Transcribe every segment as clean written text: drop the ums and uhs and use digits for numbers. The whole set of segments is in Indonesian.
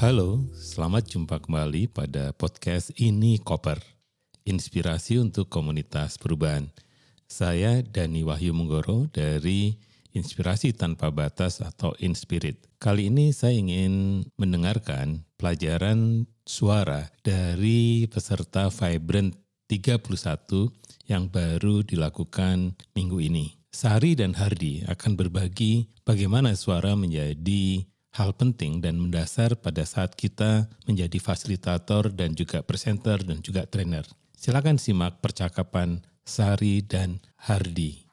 Halo, selamat jumpa kembali pada podcast Ini Koper, inspirasi untuk komunitas perubahan. Saya Dani Wahyu Munggoro dari Inspirasi Tanpa Batas atau Inspirit. Kali ini saya ingin mendengarkan pelajaran suara dari peserta Vibrant 31 yang baru dilakukan minggu ini. Sari dan Hardi akan berbagi bagaimana suara menjadi hal penting dan mendasar pada saat kita menjadi fasilitator dan juga presenter dan juga trainer. Silakan simak percakapan Sari dan Hardi.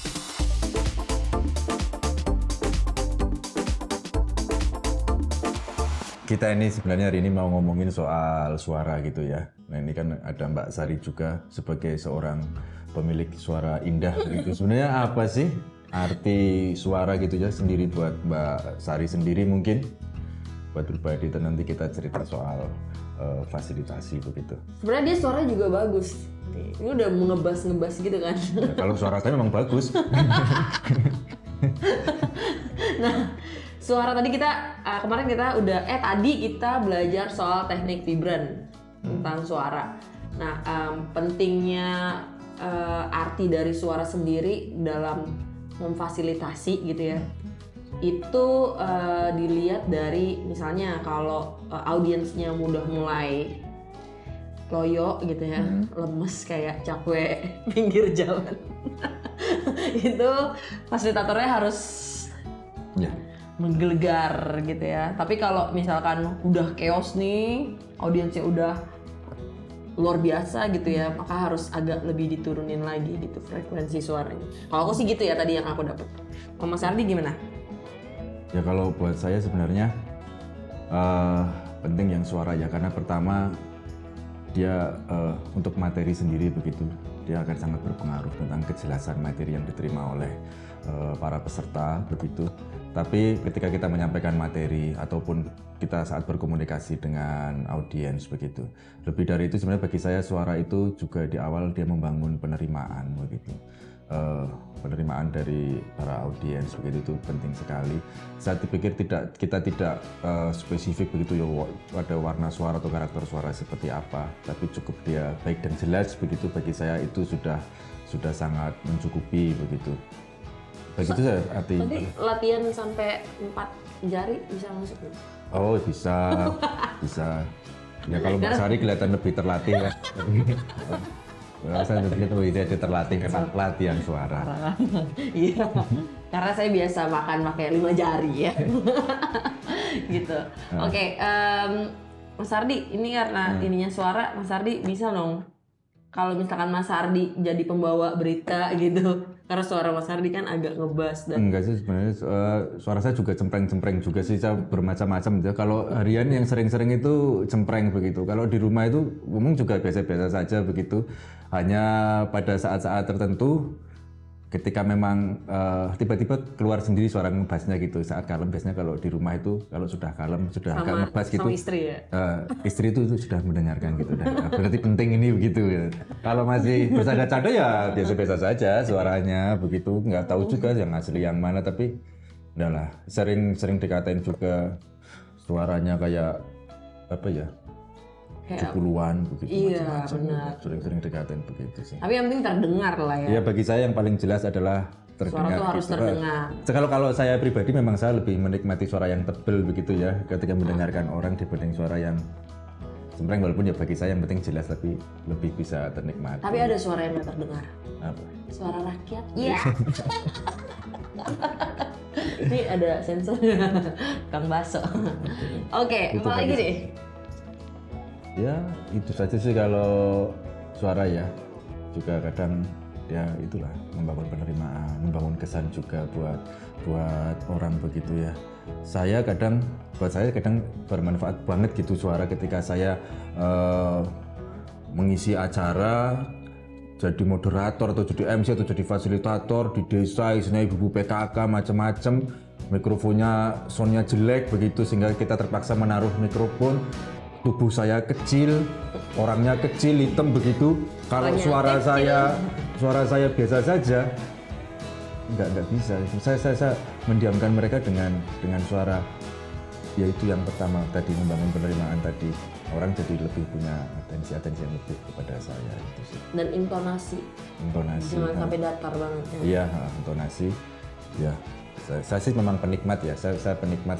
Kita ini sebenarnya hari ini mau ngomongin soal suara gitu ya. Nah ini kan ada Mbak Sari juga sebagai seorang pemilik suara indah gitu. Sebenarnya apa sih arti suara gitu ya sendiri buat Mbak Sari sendiri mungkin buat pribadi, dan nanti kita cerita soal fasilitasi begitu. Sebenarnya dia suaranya juga bagus. Ini udah mau ngebas gitu kan. Ya, kalau suara saya memang bagus. Nah, suara tadi kita kemarin kita tadi kita belajar soal teknik vibran tentang suara. Nah, pentingnya arti dari suara sendiri dalam memfasilitasi gitu ya. Itu dilihat dari misalnya kalau audiensnya udah mulai loyo gitu ya, lemes kayak cakwe pinggir jalan. Itu fasilitatornya harus menggelegar gitu ya. Tapi kalau misalkan udah chaos nih, audiensnya udah luar biasa gitu ya, maka harus agak lebih diturunin lagi gitu frekuensi suaranya. Kalau aku sih gitu ya tadi yang aku dapat. Kalau Mas Ardi gimana? Ya kalau buat saya sebenarnya penting yang suara ya, karena pertama dia untuk materi sendiri begitu, dia akan sangat berpengaruh tentang kejelasan materi yang diterima oleh para peserta begitu. Tapi ketika kita menyampaikan materi ataupun kita saat berkomunikasi dengan audiens begitu, lebih dari itu sebenarnya bagi saya suara itu juga di awal dia membangun penerimaan begitu. Penerimaan dari para audiens begitu itu penting sekali. Saya pikir kita tidak spesifik begitu ya ada warna suara atau karakter suara seperti apa, tapi cukup dia baik dan jelas begitu, bagi saya itu sudah sangat mencukupi begitu. Begitu saya arti. Nanti latihan sampai 4 jari bisa masuk? Oh bisa. Ya kalau Mbak Sari kelihatan lebih terlatih ya. Saya begitu dia terlatih karena latihan suara. Iya, karena saya biasa makan pakai 5 jari ya. Gitu. Oke, Mas Ardi, ini karena ininya suara, Mas Ardi bisa dong kalau misalkan Mas Ardi jadi pembawa berita gitu, karena suara Mas Ardi kan agak ngebas dan enggak sih sebenarnya, suara saya juga cempreng juga sih, saya bermacam-macam gitu. Kalau harian yang sering-sering itu cempreng begitu, kalau di rumah itu umum juga biasa-biasa saja begitu. Hanya pada saat-saat tertentu ketika memang tiba-tiba keluar sendiri suara ngebasnya gitu saat kalem. Biasanya kalau di rumah itu kalau sudah kalem, sudah agak ngebas gitu, sama istri ya? Istri itu sudah mendengarkan gitu, berarti penting ini begitu ya. Kalau masih bercanda-canda ya biasa-biasa saja suaranya begitu, nggak tahu juga yang asli yang mana, tapi udahlah, sering dikatain juga suaranya kayak apa ya, 70-an begitu. Iya, benar. Sering dikatain begitu sih. Tapi yang penting terdengar lah ya. Ya bagi saya yang paling jelas adalah terdengar. Suara itu harus terdengar. Kalau saya pribadi memang saya lebih menikmati suara yang tebal begitu ya ketika mendengarkan orang dibanding suara yang cempreng, walaupun ya bagi saya yang penting jelas tapi lebih bisa ternikmati. Tapi ada suara yang nggak terdengar. Apa? Suara rakyat. Iya. Ini ada sensor Kang Baso. Oke, apa lagi nih? Ya itu saja sih kalau suara ya. Juga kadang ya itulah membangun penerimaan, membangun kesan juga buat orang begitu ya. Buat saya kadang bermanfaat banget gitu suara ketika saya mengisi acara, jadi moderator atau jadi MC atau jadi fasilitator di desa, isinya ibu PKK macam-macam, mikrofonnya soundnya jelek begitu sehingga kita terpaksa menaruh mikrofon. Tubuh saya kecil, orangnya kecil, hitam begitu. Kalau suara saya biasa saja, nggak bisa. Saya mendiamkan mereka dengan suara ya itu yang pertama tadi, membangun penerimaan tadi, orang jadi lebih punya atensi yang lebih kepada saya itu sih. Dan intonasi jangan sampai datar banget ya. Iya, intonasi ya. Saya sih memang penikmat ya, saya penikmat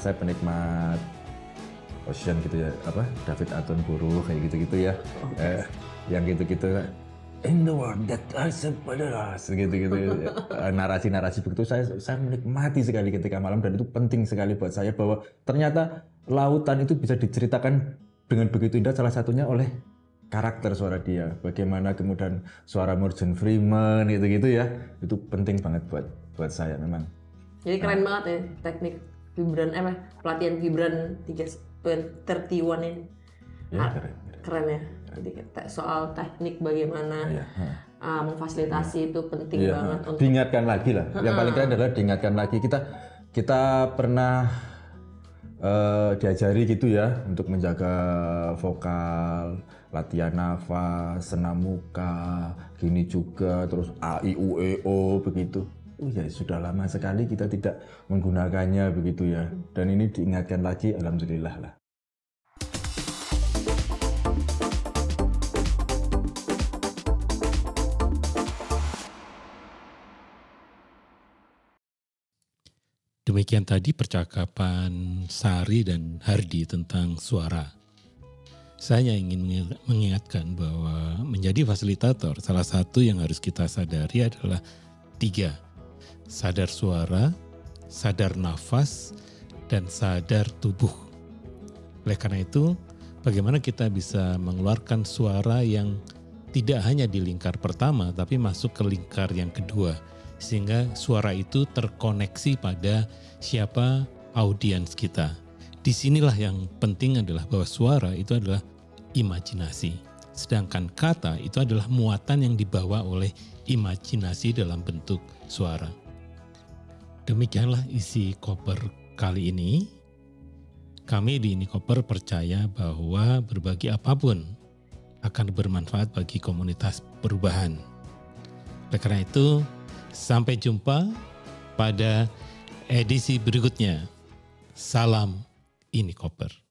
Ocean gitu ya, apa David Attenborough kayak gitu-gitu ya. Yang gitu-gitu, in the world that I gitu-gitu narasi-narasi begitu saya menikmati sekali ketika malam, dan itu penting sekali buat saya bahwa ternyata lautan itu bisa diceritakan dengan begitu indah, salah satunya oleh karakter suara dia, bagaimana kemudian suara Morgan Freeman gitu-gitu ya, itu penting banget buat saya memang. Jadi keren banget ya teknik vibran pelatihan vibran 31 ini. Ya, keren ya. Jadi soal teknik bagaimana memfasilitasi itu penting banget untuk diingatkan lagi lah. Yang paling keren adalah diingatkan lagi, kita pernah diajari gitu ya untuk menjaga vokal, latihan nafas, senam muka, gini juga, terus A I U E O begitu. Ya sudah lama sekali kita tidak menggunakannya begitu ya. Dan ini diingatkan lagi, alhamdulillah lah. Demikian tadi percakapan Sari dan Hardi tentang suara. Saya ingin mengingatkan bahwa menjadi fasilitator, salah satu yang harus kita sadari adalah 3. Sadar suara, sadar nafas, dan sadar tubuh. Oleh karena itu, bagaimana kita bisa mengeluarkan suara yang tidak hanya di lingkar pertama, tapi masuk ke lingkar yang kedua, sehingga suara itu terkoneksi pada siapa audiens kita. Disinilah yang penting adalah bahwa suara itu adalah imajinasi. Sedangkan kata itu adalah muatan yang dibawa oleh imajinasi dalam bentuk suara. Demikianlah isi koper kali ini. Kami di Ini Koper percaya bahwa berbagi apapun akan bermanfaat bagi komunitas perubahan. Oleh karena itu, sampai jumpa pada edisi berikutnya. Salam Ini Koper.